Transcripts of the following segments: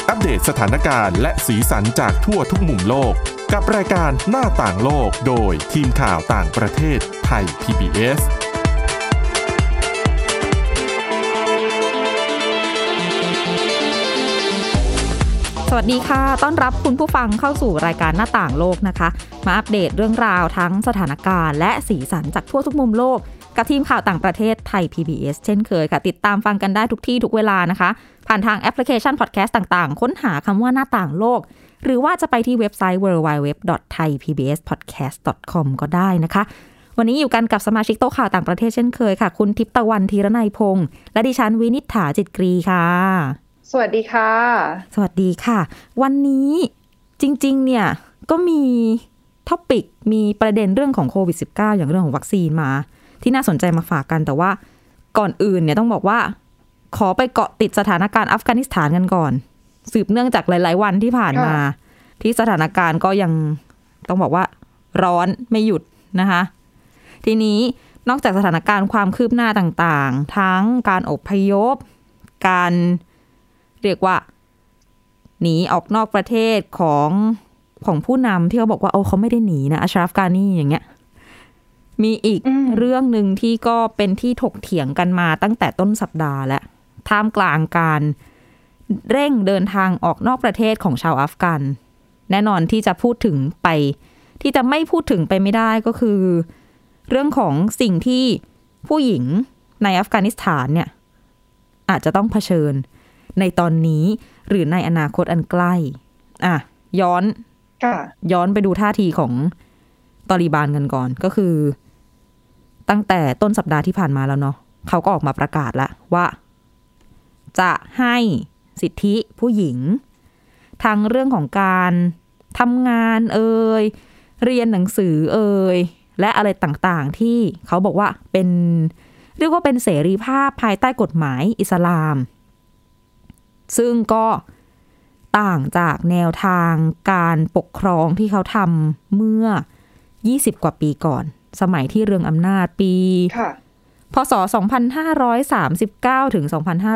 อัปเดตสถานการณ์และสีสันจากทั่วทุกมุมโลกกับรายการหน้าต่างโลกโดยทีมข่าวต่างประเทศไทย PBS สวัสดีค่ะต้อนรับคุณผู้ฟังเข้าสู่รายการหน้าต่างโลกนะคะมาอัปเดตเรื่องราวทั้งสถานการณ์และสีสันจากทั่วทุกมุมโลกกับทีมข่าวต่างประเทศไทย PBS เช่นเคยค่ะติดตามฟังกันได้ทุกที่ทุกเวลานะคะผ่านทางแอปพลิเคชันพอดแคสต์ต่างๆค้นหาคำว่าหน้าต่างโลกหรือว่าจะไปที่เว็บไซต์ www.thaipbspodcast.com ก็ได้นะคะวันนี้อยู่กันกับสมาชิกโต๊ะข่าวต่างประเทศเช่นเคยค่ะคุณทิพย์ตะวันธีรนัยพงษ์และดิฉันวินิษฐาจิตกรีค่ะสวัสดีค่ะสวัสดีค่ะวันนี้จริงๆเนี่ยก็มีท็อปิกมีประเด็นเรื่องของโควิด -19 อย่างเรื่องของวัคซีนมาที่น่าสนใจมาฝากกันแต่ว่าก่อนอื่นเนี่ยต้องบอกว่าขอไปเกาะติดสถานการณ์อัฟกานิสถานกันก่อนสืบเนื่องจากหลายๆวันที่ผ่านมาที่สถานการณ์ก็ยังต้องบอกว่าร้อนไม่หยุดนะคะทีนี้นอกจากสถานการณ์ความคืบหน้าต่างๆทั้งการอพยพการเรียกว่าหนีออกนอกประเทศของผู้นำที่เขาบอกว่าเขาไม่ได้หนีนะอัชราฟกานีอย่างเงี้ยมีอีกเรื่องนึงที่ก็เป็นที่ถกเถียงกันมาตั้งแต่ต้นสัปดาห์แล้วท่ามกลางการเร่งเดินทางออกนอกประเทศของชาวอัฟกันแน่นอนที่จะพูดถึงไปที่จะไม่พูดถึงไปไม่ได้ก็คือเรื่องของสิ่งที่ผู้หญิงในอัฟกานิสถานเนี่ยอาจจะต้องเผชิญในตอนนี้หรือในอนาคตอันใกล้ย้อนไปดูท่าทีของตอลิบานกันก่อนก็คือตั้งแต่ต้นสัปดาห์ที่ผ่านมาแล้วเนาะเขาก็ออกมาประกาศแล้วว่าจะให้สิทธิผู้หญิงทั้งเรื่องของการทำงานเรียนหนังสือและอะไรต่างๆที่เขาบอกว่าเป็นเรียกว่าเป็นเสรีภาพภายใต้กฎหมายอิสลามซึ่งก็ต่างจากแนวทางการปกครองที่เขาทำเมื่อ20กว่าปีก่อนสมัยที่เรืองอำนาจปีพศ2539ถึง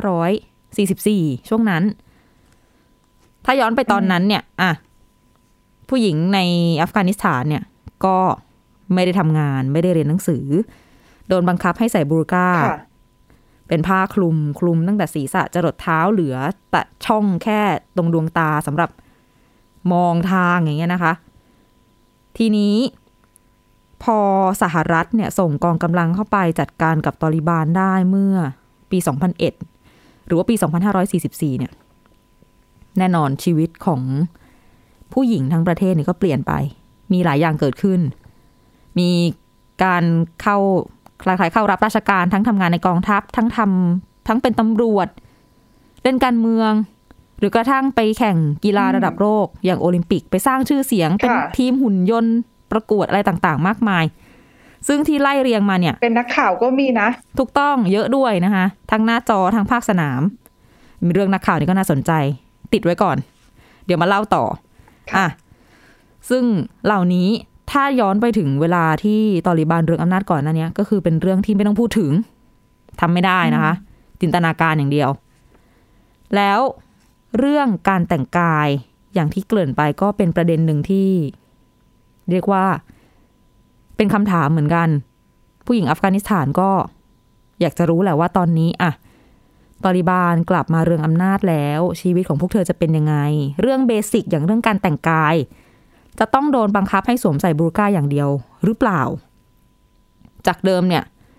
2544ช่วงนั้นถ้าย้อนไปตอนนั้นเนี่ยผู้หญิงในอัฟกานิสถานเนี่ยก็ไม่ได้ทำงานไม่ได้เรียนหนังสือโดนบังคับให้ใส่บูรกาเป็นผ้าคลุมตั้งแต่ศีรษะจรดเท้าเหลือแต่ช่องแค่ตรงดวงตาสำหรับมองทางอย่างเงี้ยนะคะทีนี้พอสหรัฐเนี่ยส่งกองกำลังเข้าไปจัดการกับตอลิบานได้เมื่อปี2001หรือว่าปี2544เนี่ยแน่นอนชีวิตของผู้หญิงทั้งประเทศเนี่ยก็เปลี่ยนไปมีหลายอย่างเกิดขึ้นมีการเข้ารับราชการทั้งทำงานในกองทัพทั้งเป็นตำรวจเล่นการเมืองหรือกระทั่งไปแข่งกีฬาระดับโลกอย่างโอลิมปิกไปสร้างชื่อเสียงเป็นทีมหุ่นยนต์ประกวดอะไรต่างๆมากมายซึ่งที่ไล่เรียงมาเนี่ยเป็นนักข่าวก็มีนะถูกต้องเยอะด้วยนะคะทั้งหน้าจอทั้งภาคสนามมีเรื่องนักข่าวนี่ก็น่าสนใจติดไว้ก่อนเดี๋ยวมาเล่าต่อซึ่งเหล่านี้ถ้าย้อนไปถึงเวลาที่ตอลิบานเรืองอำนาจก่อนหน้านี้ก็คือเป็นเรื่องที่ไม่ต้องพูดถึงทำไม่ได้นะคะจินตนาการอย่างเดียวแล้วเรื่องการแต่งกายอย่างที่เกริ่นไปก็เป็นประเด็นหนึ่งที่เรียกว่าเป็นคำถามเหมือนกันผู้หญิงอัฟกานิสถานก็อยากจะรู้แหละว่าตอนนี้ตอลิบานกลับมาเรืองอำนาจแล้วชีวิตของพวกเธอจะเป็นยังไงเรื่องเบสิกอย่างเรื่องการแต่งกายจะต้องโดนบังคับให้สวมใส่บูรกาอย่างเดียวหรือเปล่าจากเดิมเนี่ย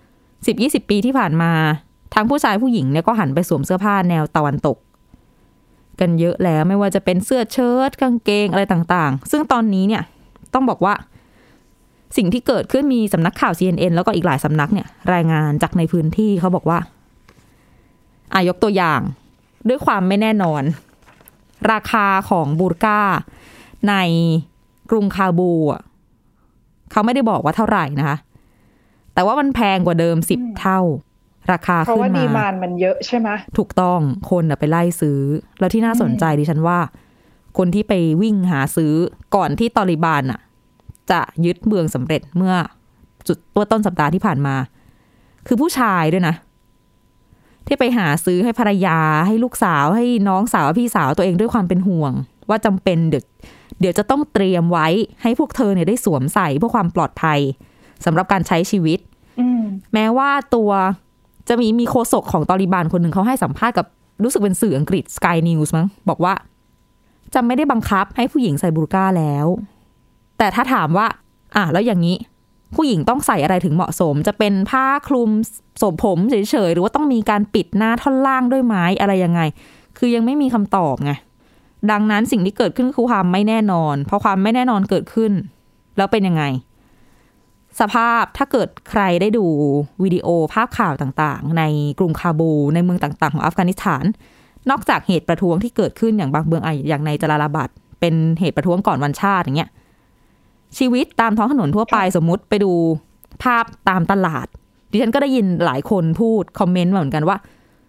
10-20 ปีที่ผ่านมาทั้งผู้ชายผู้หญิงเนี่ยก็หันไปสวมเสื้อผ้าแนวตะวันตกกันเยอะแล้วไม่ว่าจะเป็นเสื้อเชิ้ตกางเกงอะไรต่างๆซึ่งตอนนี้เนี่ยต้องบอกว่าสิ่งที่เกิดขึ้นมีสำนักข่าว CNN แล้วก็อีกหลายสำนักเนี่ยรายงานจากในพื้นที่เขาบอกว่ายกตัวอย่างด้วยความไม่แน่นอนราคาของบูรกาในกรุงคาบูเขาไม่ได้บอกว่าเท่าไหร่นะคะแต่ว่ามันแพงกว่าเดิม10เท่าราคาขึ้นมาเพราะว่าดีมานด์มันเยอะใช่ไหมถูกต้องคนไปไล่ซื้อแล้วที่น่าสนใจดิฉันว่าคนที่ไปวิ่งหาซื้อก่อนที่ตอลิบานจะยึดเมืองสำเร็จเมื่อต้นสัปดาห์ที่ผ่านมาคือผู้ชายด้วยนะที่ไปหาซื้อให้ภรรยาให้ลูกสาวให้น้องสาวพี่สาวตัวเองด้วยความเป็นห่วงว่าจำเป็นเดี๋ยวจะต้องเตรียมไว้ให้พวกเธอเนี่ยได้สวมใส่เพื่อความปลอดภัยสำหรับการใช้ชีวิตแม้ว่าตัวจะมีโฆษกของตอลิบานคนหนึ่งเขาให้สัมภาษณ์กับรู้สึกเป็นสื่ออังกฤษ Sky News มั้งบอกว่าจะไม่ได้บังคับให้ผู้หญิงใส่บูรก้าแล้วแต่ถ้าถามว่าแล้วอย่างนี้ผู้หญิงต้องใส่อะไรถึงเหมาะสมจะเป็นผ้าคลุมโสมผมเฉยๆหรือว่าต้องมีการปิดหน้าท่อนล่างด้วยไม้อะไรยังไงคือยังไม่มีคำตอบไงดังนั้นสิ่งที่เกิดขึ้นคือความไม่แน่นอนพอความไม่แน่นอนเกิดขึ้นแล้วเป็นยังไงสภาพถ้าเกิดใครได้ดูวิดีโอภาพข่าวต่างๆในกรุงคาบูในเมืองต่างๆของอัฟกานิสถานนอกจากเหตุประท้วงที่เกิดขึ้นอย่างบางเมืองอย่างในจลาลาบัดเป็นเหตุประท้วงก่อนวันชาติอย่างเงี้ยชีวิตตามท้องถนนทั่วไปสมมุติไปดูภาพตามตลาดดิฉันก็ได้ยินหลายคนพูดคอมเมนต์มาเหมือนกันว่า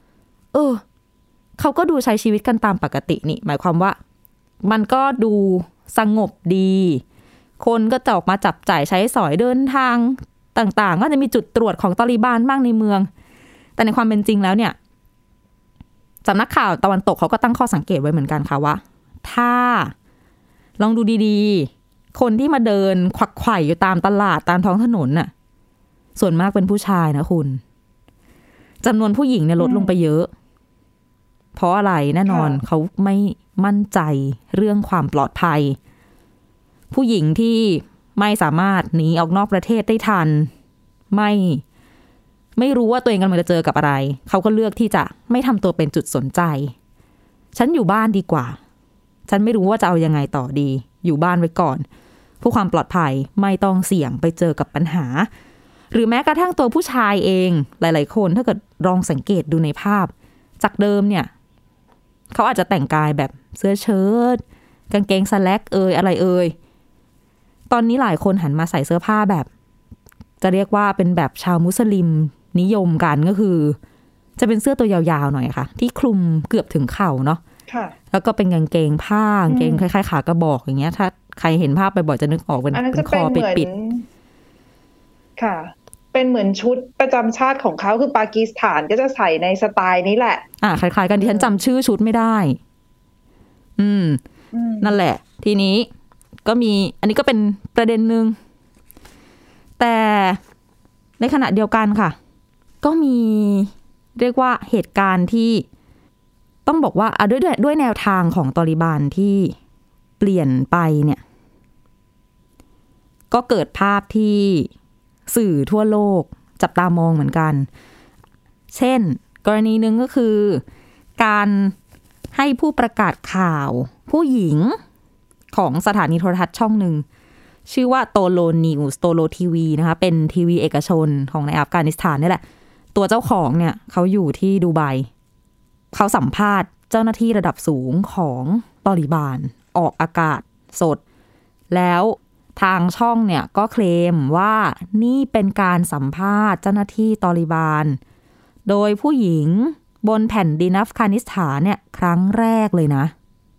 เขาก็ดูใช้ชีวิตกันตามปกตินี่หมายความว่ามันก็ดูสงบดีคนก็จะออกมาจับจ่ายใช้สอยเดินทางต่างๆก็จะมีจุดตรวจของตอลิบานบ้างในเมืองแต่ในความเป็นจริงแล้วเนี่ยสำนักข่าวตะวันตกเขาก็ตั้งข้อสังเกตไว้เหมือนกันค่ะว่าถ้าลองดูดีๆคนที่มาเดินขวักไขว่อยู่ตามตลาดตามท้องถนนน่ะส่วนมากเป็นผู้ชายนะคุณจำนวนผู้หญิงเนี่ยลดลงไปเยอะเพราะอะไรแน่นอนเขาไม่มั่นใจเรื่องความปลอดภัยผู้หญิงที่ไม่สามารถหนีออกนอกประเทศได้ทันไม่รู้ว่าตัวเองกำลังจะเจอกับอะไรเขาก็เลือกที่จะไม่ทำตัวเป็นจุดสนใจฉันอยู่บ้านดีกว่าฉันไม่รู้ว่าจะเอายังไงต่อดีอยู่บ้านไว้ก่อนเพื่อความปลอดภัยไม่ต้องเสี่ยงไปเจอกับปัญหาหรือแม้กระทั่งตัวผู้ชายเองหลายๆคนถ้าเกิดลองสังเกตดูในภาพจากเดิมเนี่ยเขาอาจจะแต่งกายแบบเสื้อเชิ้ตกางเกงสแล็กอะไรตอนนี้หลายคนหันมาใส่เสื้อผ้าแบบจะเรียกว่าเป็นแบบชาวมุสลิมนิยมกันก็คือจะเป็นเสื้อตัวยาวๆหน่อยค่ะที่คลุมเกือบถึงเข่าเนาะแล้วก็เป็นกางเกงผ้ากางเกงคล้ายๆขากระบอกอย่างเงี้ยถ้าใครเห็นภาพบ่อยๆจะนึกออกเป็นคอปิดๆค่ะเป็นเหมือนชุดประจำชาติของเขาคือปากีสถานก็จะใส่ในสไตล์นี้แหละคล้ายๆกันดิฉันจำชื่อชุดไม่ได้นั่นแหละทีนี้ก็มีอันนี้ก็เป็นประเด็นนึงแต่ในขณะเดียวกันค่ะก็มีเรียกว่าเหตุการณ์ที่ต้องบอกว่าด้วยแนวทางของตอลิบานที่เปลี่ยนไปเนี่ยก็เกิดภาพที่สื่อทั่วโลกจับตามองเหมือนกันเช่นกรณีหนึ่งก็คือการให้ผู้ประกาศข่าวผู้หญิงของสถานีโทรทัศน์ช่องหนึ่งชื่อว่าโตโลนิวส์โตโลทีวีนะคะเป็นทีวีเอกชนของในอัฟกานิสถานนี่แหละตัวเจ้าของเนี่ยเขาอยู่ที่ดูไบเขาสัมภาษณ์เจ้าหน้าที่ระดับสูงของตอลิบานออกอากาศสดแล้วทางช่องเนี่ยก็เคลมว่านี่เป็นการสัมภาษณ์เจ้าหน้าที่ตอลิบานโดยผู้หญิงบนแผ่นดินอัฟกานิสถานเนี่ยครั้งแรกเลยนะ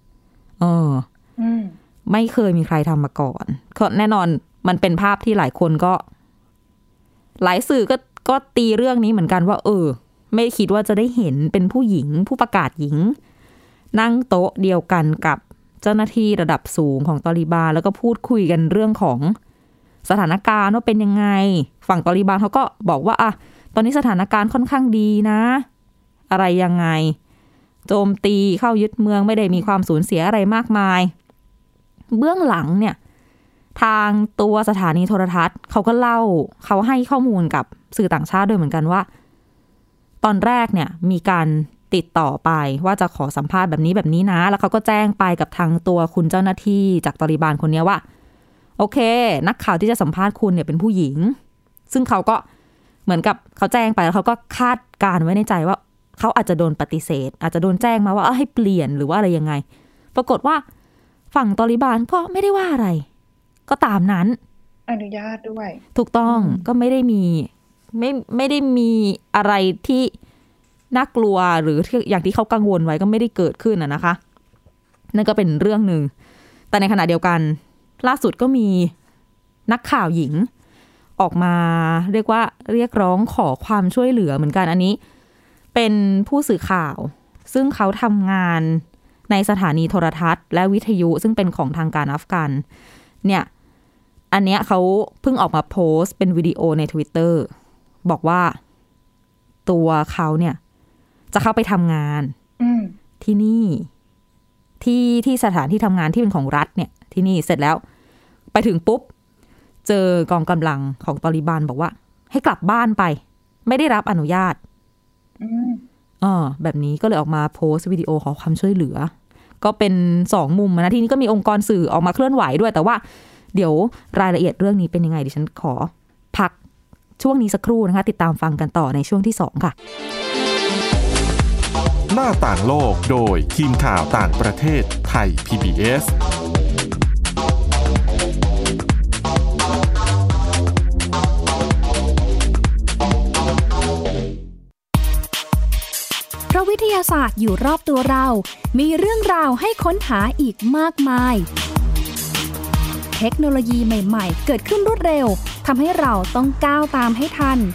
ไม่เคยมีใครทำมาก่อนแน่นอนมันเป็นภาพที่หลายคนก็หลายสื่อก็ตีเรื่องนี้เหมือนกันว่าไม่คิดว่าจะได้เห็นเป็นผู้หญิงผู้ประกาศหญิงนั่งโต๊ะเดียวกันกับเจ้าหน้าที่ระดับสูงของตอลิบานแล้วก็พูดคุยกันเรื่องของสถานการณ์ว่าเป็นยังไงฝั่งตอลิบานเขาก็บอกว่าตอนนี้สถานการณ์ค่อนข้างดีนะอะไรยังไงโจมตีเข้ายึดเมืองไม่ได้มีความสูญเสียอะไรมากมายเบื้องหลังเนี่ยทางตัวสถานีโทรทัศน์เขาก็เล่าเขาให้ข้อมูลกับสื่อต่างชาติด้วยเหมือนกันว่าตอนแรกเนี่ยมีการติดต่อไปว่าจะขอสัมภาษณ์แบบนี้นะแล้วเขาก็แจ้งไปกับทางตัวคุณเจ้าหน้าที่จากตอลิบานคนนี้ว่าโอเคนักข่าวที่จะสัมภาษณ์คุณเนี่ยเป็นผู้หญิงซึ่งเขาก็เหมือนกับเขาแจ้งไปแล้วเขาก็คาดการไว้ในใจว่าเขาอาจจะโดนปฏิเสธอาจจะโดนแจ้งมาว่าให้เปลี่ยนหรือว่าอะไรยังไงปรากฏว่าฝั่งตอลิบานก็ไม่ได้ว่าอะไรก็ตามนั้นอนุญาตด้วยถูกต้องก็ไม่ได้มีอะไรที่น่ากลัวหรืออย่างที่เขากังวลไว้ก็ไม่ได้เกิดขึ้นนะคะนั่นก็เป็นเรื่องนึงแต่ในขณะเดียวกันล่าสุดก็มีนักข่าวหญิงออกมาเรียกร้องขอความช่วยเหลือเหมือนกันอันนี้เป็นผู้สื่อข่าวซึ่งเขาทำงานในสถานีโทรทัศน์และวิทยุซึ่งเป็นของทางการอัฟกันเนี่ยอันเนี้ยเขาเพิ่งออกมาโพสต์เป็นวิดีโอใน Twitter บอกว่าตัวเขาเนี่ยจะเข้าไปทำงานที่นี่ที่สถานที่ทำงานที่เป็นของรัฐเนี่ยที่นี่เสร็จแล้วไปถึงปุ๊บเจอกองกำลังของตอลิบันบอกว่าให้กลับบ้านไปไม่ได้รับอนุญาตแบบนี้ก็เลยออกมาโพสต์วิดีโอขอความช่วยเหลือก็เป็น2มุมนะทีนี้ก็มีองค์กรสื่อออกมาเคลื่อนไหวด้วยแต่ว่าเดี๋ยวรายละเอียดเรื่องนี้เป็นยังไงดิฉันขอพักช่วงนี้สักครู่นะคะติดตามฟังกันต่อในช่วงที่2ค่ะหน้าต่างโลกโดยทีมข่าวต่างประเทศไทย PBS เพราะวิทยาศาสตร์อยู่รอบตัวเรามีเรื่องราวให้ค้นหาอีกมากมายเทคโนโลยีใหม่ๆเกิดขึ้นรวดเร็วทำให้เราต้องก้าวตามให้ทัน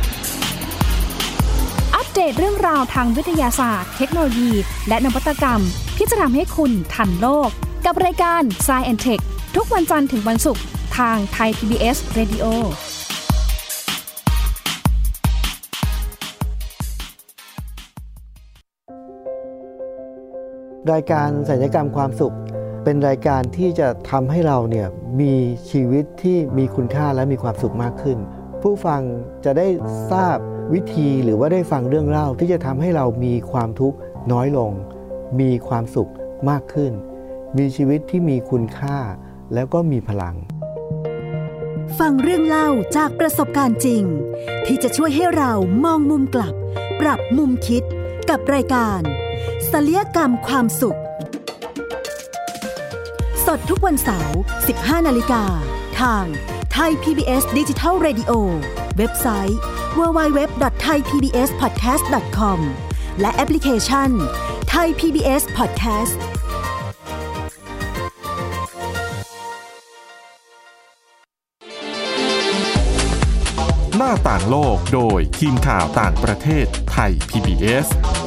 อัปเดตเรื่องราวทางวิทยาศาสตร์เทคโนโลยีและนวัตกรรมที่จะทำให้คุณทันโลกกับรายการ Science and Tech ทุกวันจันทร์ถึงวันศุกร์ทางไทย PBS Radio รายการศัลยกรรมความสุขเป็นรายการที่จะทำให้เราเนี่ยมีชีวิตที่มีคุณค่าและมีความสุขมากขึ้นผู้ฟังจะได้ทราบวิธีหรือว่าได้ฟังเรื่องเล่าที่จะทำให้เรามีความทุกข์น้อยลงมีความสุขมากขึ้นมีชีวิตที่มีคุณค่าแล้วก็มีพลังฟังเรื่องเล่าจากประสบการณ์จริงที่จะช่วยให้เรามองมุมกลับปรับมุมคิดกับรายการศัลยกรรมความสุขสดทุกวันเสาร์ 15:00 น.ทางไทย PBS Digital Radio เว็บไซต์ www.thaipbspodcast.com และแอปพลิเคชัน Thai PBS Podcast หน้าต่างโลกโดยทีมข่าวต่างประเทศไทย PBS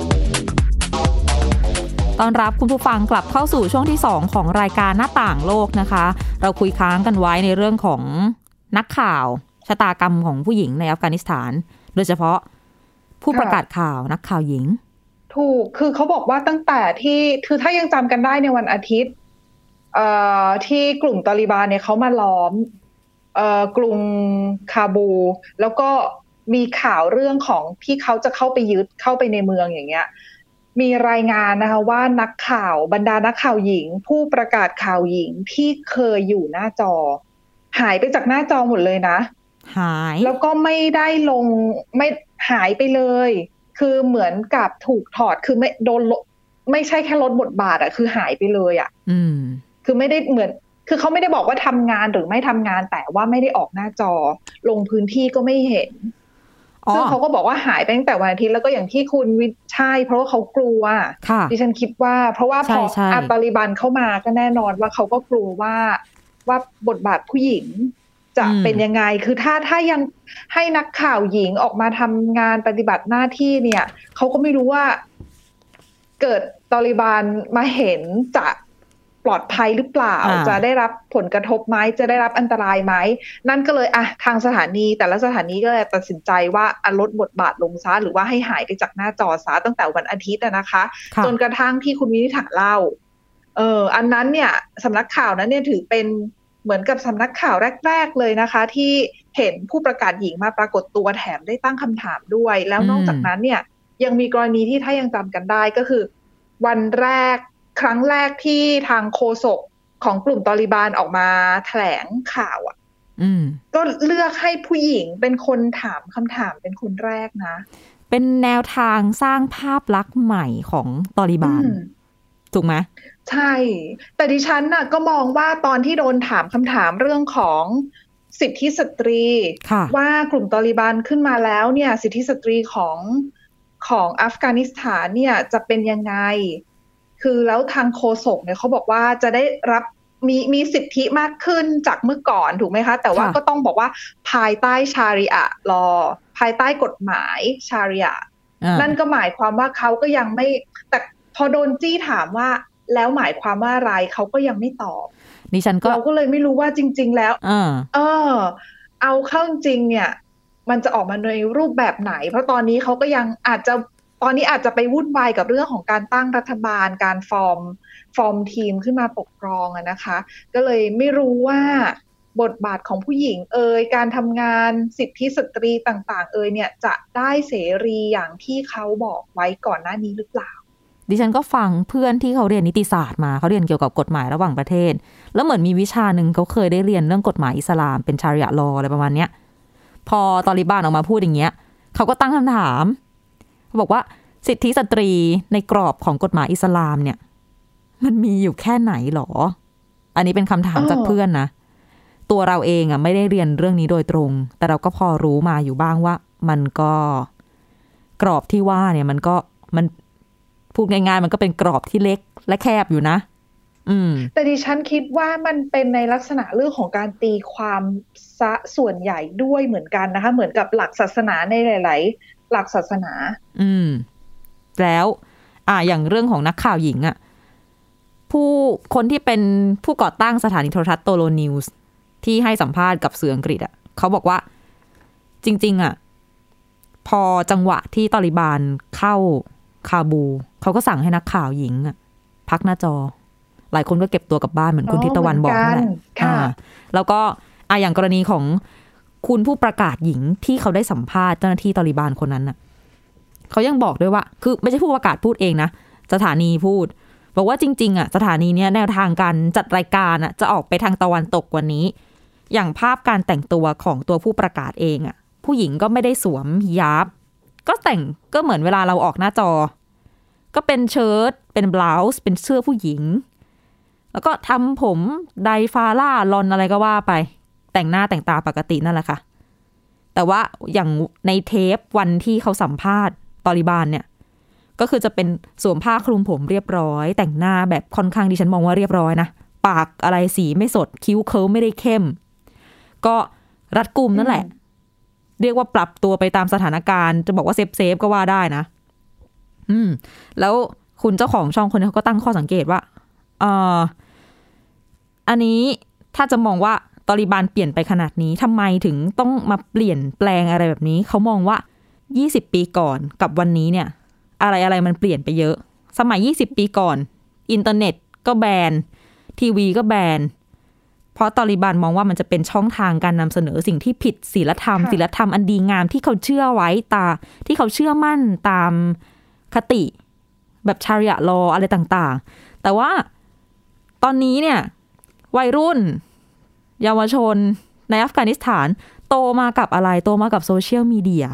ต้อนรับคุณผู้ฟังกลับเข้าสู่ช่วงที่2ของรายการหน้าต่างโลกนะคะเราคุยค้างกันไว้ในเรื่องของนักข่าวชะตากรรมของผู้หญิงในอัฟกานิสถานโดยเฉพาะผู้ประกาศข่าวนักข่าวหญิงถูกคือเขาบอกว่าตั้งแต่ที่คือถ้ายังจำกันได้ในวันอาทิตย์ที่กลุ่มตาลิบันเนี่ยเขามาล้อมกรุงคาบูแล้วก็มีข่าวเรื่องของที่เขาจะเข้าไปยึดเข้าไปในเมืองอย่างเงี้ยมีรายงานนะคะว่านักข่าวบรรดานักข่าวหญิงผู้ประกาศข่าวหญิงที่เคยอยู่หน้าจอหายไปจากหน้าจอหมดเลยนะหายแล้วก็ไม่ได้ลงไม่หายไปเลยคือเหมือนกับถูกถอดคือไม่โดนไม่ใช่แค่ลดบทบาทอะคือหายไปเลยอะคือไม่ได้เหมือนคือเขาไม่ได้บอกว่าทำงานหรือไม่ทำงานแต่ว่าไม่ได้ออกหน้าจอลงพื้นที่ก็ไม่เห็นซึ่งเขาก็บอกว่าหายไปตั้งแต่วันอาทิตย์แล้วก็อย่างที่คุณวิชัยเพราะว่าเขากลัวดิฉันคิดว่าเพราะว่าพอตาลิบันเข้ามาก็แน่นอนว่าเขาก็กลัวว่าบทบาทผู้หญิงจะเป็นยังไงคือถ้ายังให้นักข่าวหญิงออกมาทำงานปฏิบัติหน้าที่เนี่ยเขาก็ไม่รู้ว่าเกิดตาลิบันมาเห็นจะปลอดภัยหรือเปล่าจะได้รับผลกระทบไหมจะได้รับอันตรายไหมนั่นก็เลยทางสถานีแต่ละสถานีก็เลยตัดสินใจว่าลดบทบาทลงซะหรือว่าให้หายไปจากหน้าจอซะตั้งแต่วันอาทิตย์นะคะจนกระทั่งที่คุณวินิษฐาเล่าอันนั้นเนี่ยสำนักข่าวนั้นเนี่ยถือเป็นเหมือนกับสำนักข่าวแรกๆเลยนะคะที่เห็นผู้ประกาศหญิงมาปรากฏตัวแถมได้ตั้งคำถามด้วยแล้วนอกจากนั้นเนี่ยยังมีกรณีที่ถ้ายังจำกันได้ก็คือวันแรกครั้งแรกที่ทางโฆษกของกลุ่มตาลิบันออกมาแถลงข่าวก็เลือกให้ผู้หญิงเป็นคนถามคำถามเป็นคนแรกนะเป็นแนวทางสร้างภาพลักษณ์ใหม่ของตาลิบันถูกไหมใช่แต่ดิฉันน่ะก็มองว่าตอนที่โดนถามคำถามเรื่องของสิทธิสตรีว่ากลุ่มตาลิบันขึ้นมาแล้วเนี่ยสิทธิสตรีของอัฟกานิสถานเนี่ยจะเป็นยังไงคือแล้วทางโฆษกเนี่ยเขาบอกว่าจะได้รับมีสิทธิมากขึ้นจากเมื่อก่อนถูกไหมคะแต่ว่าก็ต้องบอกว่าภายใต้ชาริอะห์ลอภายใต้กฎหมายชาริอะห์นั่นก็หมายความว่าเขาก็ยังไม่แต่พอโดนจี้ถามว่าแล้วหมายความว่าอะไรเขาก็ยังไม่ตอบดิฉันก็เราก็เลยไม่รู้ว่าจริงๆแล้วเอาเข้าจริงเนี่ยมันจะออกมาในรูปแบบไหนเพราะตอนนี้เขาก็ยังอาจจะไปวุ่นวายกับเรื่องของการตั้งรัฐบาลการฟอร์มทีมขึ้นมาปกครองนะคะก็เลยไม่รู้ว่าบทบาทของผู้หญิงการทำงานสิทธิสตรีต่างๆเนี่ยจะได้เสรีอย่างที่เขาบอกไว้ก่อนหน้านี้หรือเปล่าดิฉันก็ฟังเพื่อนที่เขาเรียนนิติศาสตร์มาเขาเรียนเกี่ยวกับกฎหมายระหว่างประเทศแล้วเหมือนมีวิชานึงเขาเคยได้เรียนเรื่องกฎหมายอิสลามเป็นชาริอะห์ลออะไรประมาณเนี้ยพอตอลิบานออกมาพูดอย่างเงี้ยเขาก็ตั้งคำถามบอกว่าสิทธิสตรีในกรอบของกฎหมายอิสลามเนี่ยมันมีอยู่แค่ไหนหรออันนี้เป็นคำถามจากเพื่อนนะตัวเราเองไม่ได้เรียนเรื่องนี้โดยตรงแต่เราก็พอรู้มาอยู่บ้างว่ามันก็กรอบที่ว่าเนี่ยมันพูดง่ายๆมันก็เป็นกรอบที่เล็กและแคบอยู่นะแต่ดิฉันคิดว่ามันเป็นในลักษณะเรื่องของการตีความซะส่วนใหญ่ด้วยเหมือนกันนะคะเหมือนกับหลักศาสนาในหลายๆหลักศาสนาแล้วอย่างเรื่องของนักข่าวหญิงคนที่เป็นผู้ก่อตั้งสถานีโทรทัศน์โตโลนิวส์ที่ให้สัมภาษณ์กับสื่ออังกฤษเขาบอกว่าจริงๆพอจังหวะที่ตอลิบานเข้าคาบูเขาก็สั่งให้นักข่าวหญิงพักหน้าจอหลายคนก็เก็บตัวกลับบ้านเหมือนคุณทิตวันบอกนั่นแหละแล้วก็อย่างกรณีของคุณผู้ประกาศหญิงที่เขาได้สัมภาษณ์เจ้าหน้าที่ตอลิบานคนนั้นเขายังบอกด้วยว่าคือไม่ใช่ผู้ประกาศพูดเองนะสถานีพูดบอกว่าจริงๆสถานีเนี้ยแนวทางการจัดรายการจะออกไปทางตะวันตกกว่านี้อย่างภาพการแต่งตัวของตัวผู้ประกาศเองผู้หญิงก็ไม่ได้สวมฮิญาบก็แต่งก็เหมือนเวลาเราออกหน้าจอก็เป็นเชิ้ตเป็นบลาส์เป็นเสื้อผู้หญิงแล้วก็ทำผมไดฟาร่าลอนอะไรก็ว่าไปแต่งหน้าแต่งตาปกตินั่นแหละค่ะแต่ว่าอย่างในเทปวันที่เขาสัมภาษณ์ตอลิบานเนี่ยก็คือจะเป็นสวมผ้าคลุมผมเรียบร้อยแต่งหน้าแบบค่อนข้างดิฉันมองว่าเรียบร้อยนะปากอะไรสีไม่สดคิ้วเคิ้วไม่ได้เข้มก็รัดกุมนั่นแหละเรียกว่าปรับตัวไปตามสถานการณ์จะบอกว่าเซฟก็ว่าได้นะแล้วคุณเจ้าของช่องคนนี้เขาก็ตั้งข้อสังเกตว่าอันนี้ถ้าจะมองว่าตอลิบานเปลี่ยนไปขนาดนี้ทำไมถึงต้องมาเปลี่ยนแปลงอะไรแบบนี้เขามองว่า20ปีก่อนกับวันนี้เนี่ยอะไรมันเปลี่ยนไปเยอะสมัย20ปีก่อนอินเทอร์เน็ตก็แบนทีวีก็แบนเพราะตอลิบานมองว่ามันจะเป็นช่องทางการนำเสนอสิ่งที่ผิดศีลธรรมอันดีงามที่เขาเชื่อไว้ที่เขาเชื่อมั่นตามคติแบบชาริอะห์ลออะไรต่างๆแต่ว่าตอนนี้เนี่ยวัยรุ่นเยาวชนในอัฟกานิสถานโตมากับอะไรโตมากับโซเชียลมีเดีย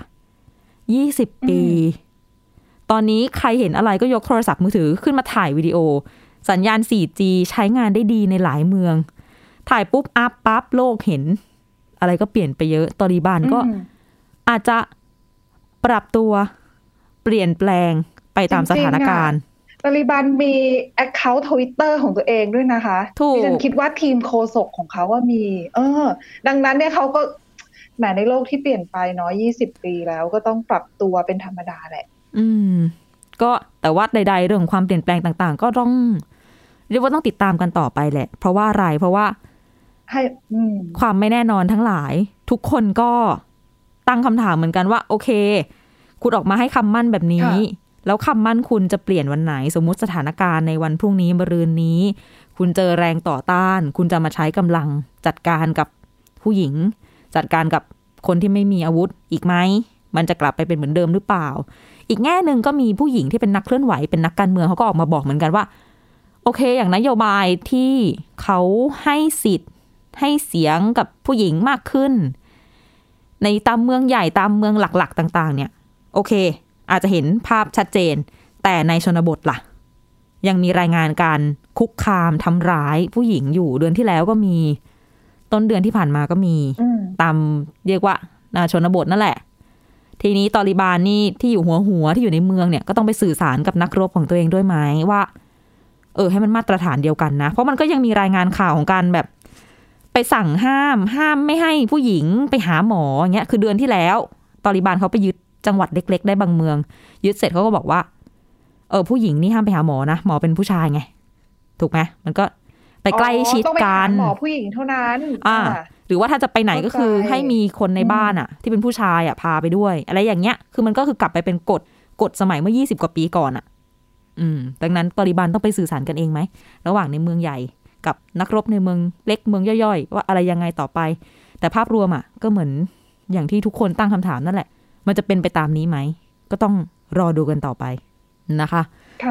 20ปีตอนนี้ใครเห็นอะไรก็ยกโทรศัพท์มือถือขึ้นมาถ่ายวิดีโอสัญญาณ 4G ใช้งานได้ดีในหลายเมืองถ่ายปุ๊บอัพปั๊บโลกเห็นอะไรก็เปลี่ยนไปเยอะตอลิบานก็อาจจะปรับตัวเปลี่ยนแปลงไปตามสถานการณ์ตอลิบานมี account Twitter ของตัวเองด้วยนะคะดิฉันคิดว่าทีมโฆษกของเขาว่ามีดังนั้นเนี่ยเขาก็แหมในโลกที่เปลี่ยนไปเนาะ20ปีแล้วก็ต้องปรับตัวเป็นธรรมดาแหละก็แต่ว่าใดๆเรื่องความเปลี่ยนแปลงต่างๆก็ต้องเรียกว่าต้องติดตามกันต่อไปแหละเพราะว่าอะไรเพราะว่าความไม่แน่นอนทั้งหลายทุกคนก็ตั้งคำถามเหมือนกันว่าโอเคคุณออกมาให้คำมั่นแบบนี้แล้วคำมั่นคุณจะเปลี่ยนวันไหนสมมุติสถานการณ์ในวันพรุ่งนี้มะรืนนี้คุณเจอแรงต่อต้านคุณจะมาใช้กำลังจัดการกับผู้หญิงจัดการกับคนที่ไม่มีอาวุธอีกไหมมันจะกลับไปเป็นเหมือนเดิมหรือเปล่าอีกแง่นึงก็มีผู้หญิงที่เป็นนักเคลื่อนไหวเป็นนักการเมืองเขาก็ออกมาบอกเหมือนกันว่าโอเคอย่างนโยบายที่เขาให้สิทธิ์ให้เสียงกับผู้หญิงมากขึ้นในตามเมืองใหญ่ตามเมืองหลักๆต่างๆเนี่ยโอเคอาจจะเห็นภาพชัดเจนแต่ในชนบทล่ะยังมีรายงานการคุกคามทำร้ายผู้หญิงอยู่เดือนที่แล้วก็มีต้นเดือนที่ผ่านมาก็มีตามเรียกว่าชนบทนั่นแหละทีนี้ตอลิบานนี่ที่อยู่หัวที่อยู่ในเมืองเนี่ยก็ต้องไปสื่อสารกับนักรบของตัวเองด้วยไหมว่าให้มันมาตรฐานเดียวกันนะเพราะมันก็ยังมีรายงานข่าวของการแบบไปสั่งห้ามไม่ให้ผู้หญิงไปหาหมออย่างเงี้ยคือเดือนที่แล้วตอลิบานเขาไปยึดจังหวัดเล็กๆได้บางเมืองยึดเสร็จเขาก็บอกว่าผู้หญิงนี่ห้ามไปหาหมอนะหมอเป็นผู้ชายไงถูกไหมมันก็ไปใกล้ชิดกันหมอผู้หญิงเท่านั้นหรือว่าถ้าจะไปไหนก็คือให้มีคนในบ้านอ่ะที่เป็นผู้ชายอ่ะพาไปด้วยอะไรอย่างเงี้ยคือมันก็คือกลับไปเป็นกฎสมัยเมื่อ20กว่าปีก่อนอ่ะดังนั้นตาลิบันต้องไปสื่อสารกันเองไหมระหว่างในเมืองใหญ่กับนักรบในเมืองเล็กเมืองย่อยๆว่าอะไรยังไงต่อไปแต่ภาพรวมอ่ะก็เหมือนอย่างที่ทุกคนตั้งคำถามนั่นแหละมันจะเป็นไปตามนี้ไหมก็ต้องรอดูกันต่อไปนะคะ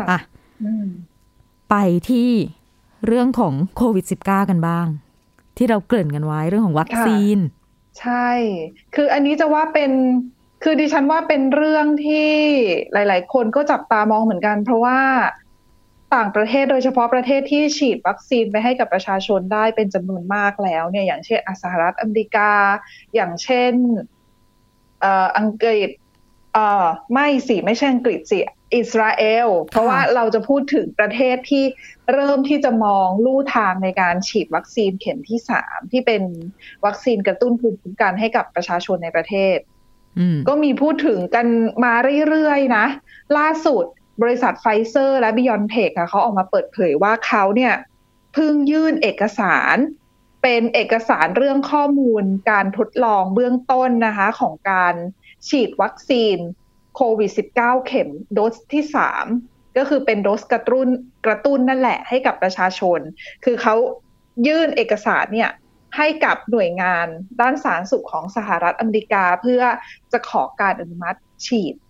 ไปที่เรื่องของโควิด -19 กันบ้างที่เราเกริ่นกันไว้เรื่องของวัคซีนใช่คืออันนี้จะว่าเป็นคือดิฉันว่าเป็นเรื่องที่หลายๆคนก็จับตามองเหมือนกันเพราะว่าต่างประเทศโดยเฉพาะประเทศที่ฉีดวัคซีนไปให้กับประชาชนได้เป็นจำนวนมากแล้วเนี่ยอย่างเช่นสหรัฐอเมริกาอย่างเช่นอังกฤษไม่ใช่อังกฤษสิอิสราเอลเพราะว่าเราจะพูดถึงประเทศที่เริ่มที่จะมองลู่ทางในการฉีดวัคซีนเข็มที่3ที่เป็นวัคซีนกระตุ้นภูมิคุ้มกันให้กับประชาชนในประเทศก็มีพูดถึงกันมาเรื่อยๆนะล่าสุดบริษัทไฟเซอร์และ BioNTech เขาออกมาเปิดเผยว่าเขาเนี่ยเพิ่งยื่นเอกสารเป็นเอกสารเรื่องข้อมูลการทดลองเบื้องต้นนะคะของการฉีดวัคซีนโควิด -19 เข็มโดสที่3ก็คือเป็นโดสกระตุ้นนั่นแหละให้กับประชาชนคือเขายื่นเอกสารเนี่ยให้กับหน่วยงานด้านสาธารณสุขของสหรัฐอเมริกาเพื่อจะขอการอนุมัติฉีด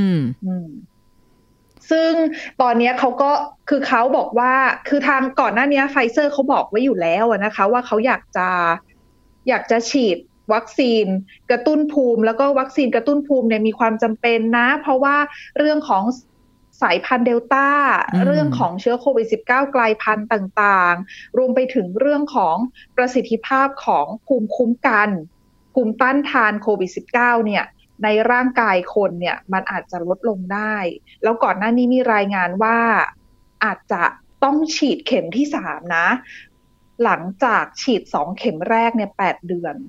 ซึ่งตอนนี้เขาก็คือเขาบอกว่าคือทางก่อนหน้านี้ไฟเซอร์เขาบอกไว้อยู่แล้วนะคะว่าเขาอยากจะฉีดวัคซีนกระตุ้นภูมิแล้วก็วัคซีนกระตุ้นภูมิเนี่ยมีความจำเป็นนะเพราะว่าเรื่องของสายพันธุ์เดลต้าเรื่องของเชื้อโควิด -19 กลายพันธุ์ต่างๆรวมไปถึงเรื่องของประสิทธิภาพของภูมิคุ้มกันภูมิต้านทานโควิด -19 เนี่ยในร่างกายคนเนี่ยมันอาจจะลดลงได้แล้วก่อนหน้านี้มีรายงานว่าอาจจะต้องฉีดเข็มที่3นะหลังจากฉีด2เข็มแรกเนี่ย8เดือน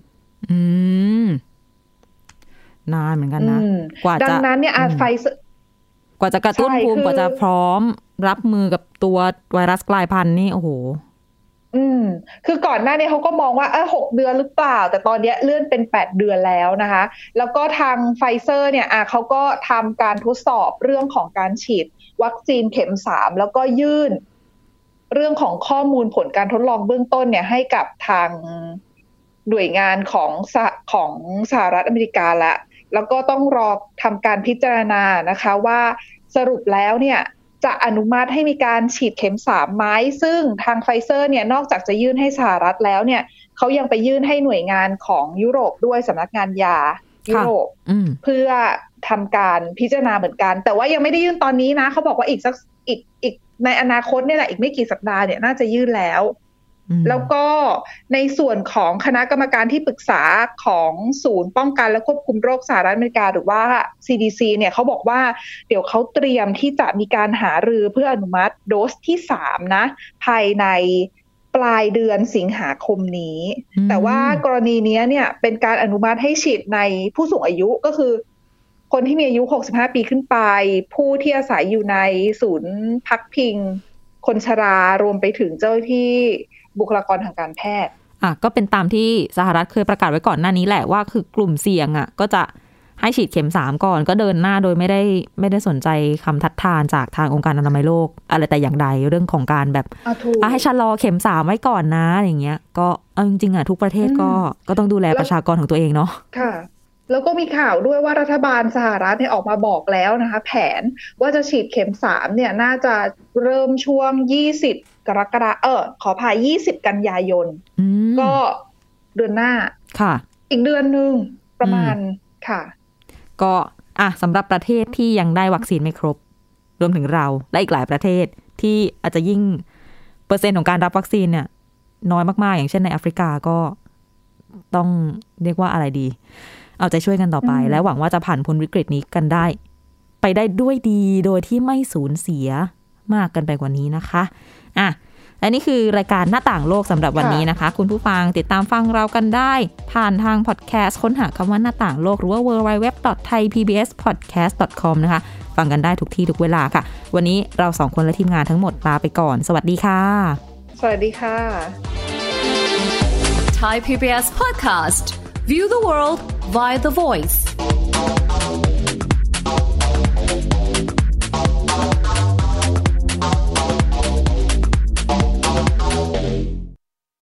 นานเหมือนกันนะกว่าจะดังนั้นเนี่ยไฟกว่าจะกระตุ้นภูมิกว่าจะพร้อมรับมือกับตัวไวรัสกลายพันธุ์นี่โอ้โหคือก่อนหน้านี้เขาก็มองว่า6เดือนหรือเปล่าแต่ตอนนี้เลื่อนเป็น8เดือนแล้วนะคะแล้วก็ทางไฟเซอร์เนี่ยเขาก็ทำการทดสอบเรื่องของการฉีดวัคซีนเข็ม3แล้วก็ยื่นเรื่องของข้อมูลผลการทดลองเบื้องต้นเนี่ยให้กับทางหน่วยงานของสหรัฐอเมริกาแล้วก็ต้องรอทำการพิจารณานะคะว่าสรุปแล้วเนี่ยจะอนุมัติให้มีการฉีดเข็ม3ไหมซึ่งทางไฟเซอร์เนี่ยนอกจากจะยื่นให้สหรัฐแล้วเนี่ยเขายังไปยื่นให้หน่วยงานของยุโรปด้วยสำนักงานยายุโรปเพื่อทำการพิจารณาเหมือนกันแต่ว่ายังไม่ได้ยื่นตอนนี้นะเขาบอกว่าอีกในอนาคตเนี่ยแหละอีกไม่กี่สัปดาห์เนี่ยน่าจะยื่นแล้วแล้วก็ในส่วนของคณะกรรมการที่ปรึกษาของศูนย์ป้องกันและควบคุมโรคสหรัฐอเมริกาหรือว่า CDC เนี่ยเขาบอกว่าเดี๋ยวเขาเตรียมที่จะมีการหารือเพื่ออนุมัติโดสที่3นะภายในปลายเดือนสิงหาคมนี้แต่ว่ากรณีนี้เนี่ยเป็นการอนุมัติให้ฉีดในผู้สูงอายุก็คือคนที่มีอายุ65ปีขึ้นไปผู้ที่อาศัยอยู่ในศูนย์พักพิงคนชรารวมไปถึงเจ้าหน้าที่บุคลากรทางการแพทย์ก็เป็นตามที่สหรัฐเคยประกาศไว้ก่อนหน้านี้แหละว่าคือกลุ่มเสี่ยงก็จะให้ฉีดเข็ม3ก่อนก็เดินหน้าโดยไม่ได้สนใจคำทัดทานจากทางองค์การอนามัยโลกอะไรแต่อย่างใดเรื่องของการแบบให้ชะลอเข็ม3ไว้ก่อนนะอย่างเงี้ยก็จริงๆทุกประเทศก็ต้องดูแลประชากรของตัวเองเนาะค่ะแล้วก็มีข่าวด้วยว่ารัฐบาลสหรัฐเนี่ยออกมาบอกแล้วนะคะแผนว่าจะฉีดเข็ม3เนี่ยน่าจะเริ่มช่วง20กรกฎาคมขออภัย20กันยายนก็เดือนหน้าค่ะอีกเดือนนึงประมาณค่ะก็สำหรับประเทศที่ยังได้วัคซีนไม่ครบรวมถึงเราและอีกหลายประเทศที่อาจจะยิ่งเปอร์เซ็นต์ของการรับวัคซีนเนี่ยน้อยมากๆอย่างเช่นในแอฟริกาก็ต้องเรียกว่าอะไรดีเอาใจช่วยกันต่อไปและหวังว่าจะผ่านพ้นวิกฤตนี้กันได้ไปได้ด้วยดีโดยที่ไม่สูญเสียมากกันไปกว่านี้นะคะและนี่คือรายการหน้าต่างโลกสำหรับวันนี้นะคะคุณผู้ฟังติดตามฟังเรากันได้ผ่านทางพอดแคสต์ค้นหาคำว่าหน้าต่างโลกหรือว่า www.thaipbspodcast.com นะคะฟังกันได้ทุกที่ทุกเวลาค่ะวันนี้เรา2คนและทีมงานทั้งหมดลาไปก่อนสวัสดีค่ะสวัสดีค่ะ Thai PBS Podcast View the world via the voice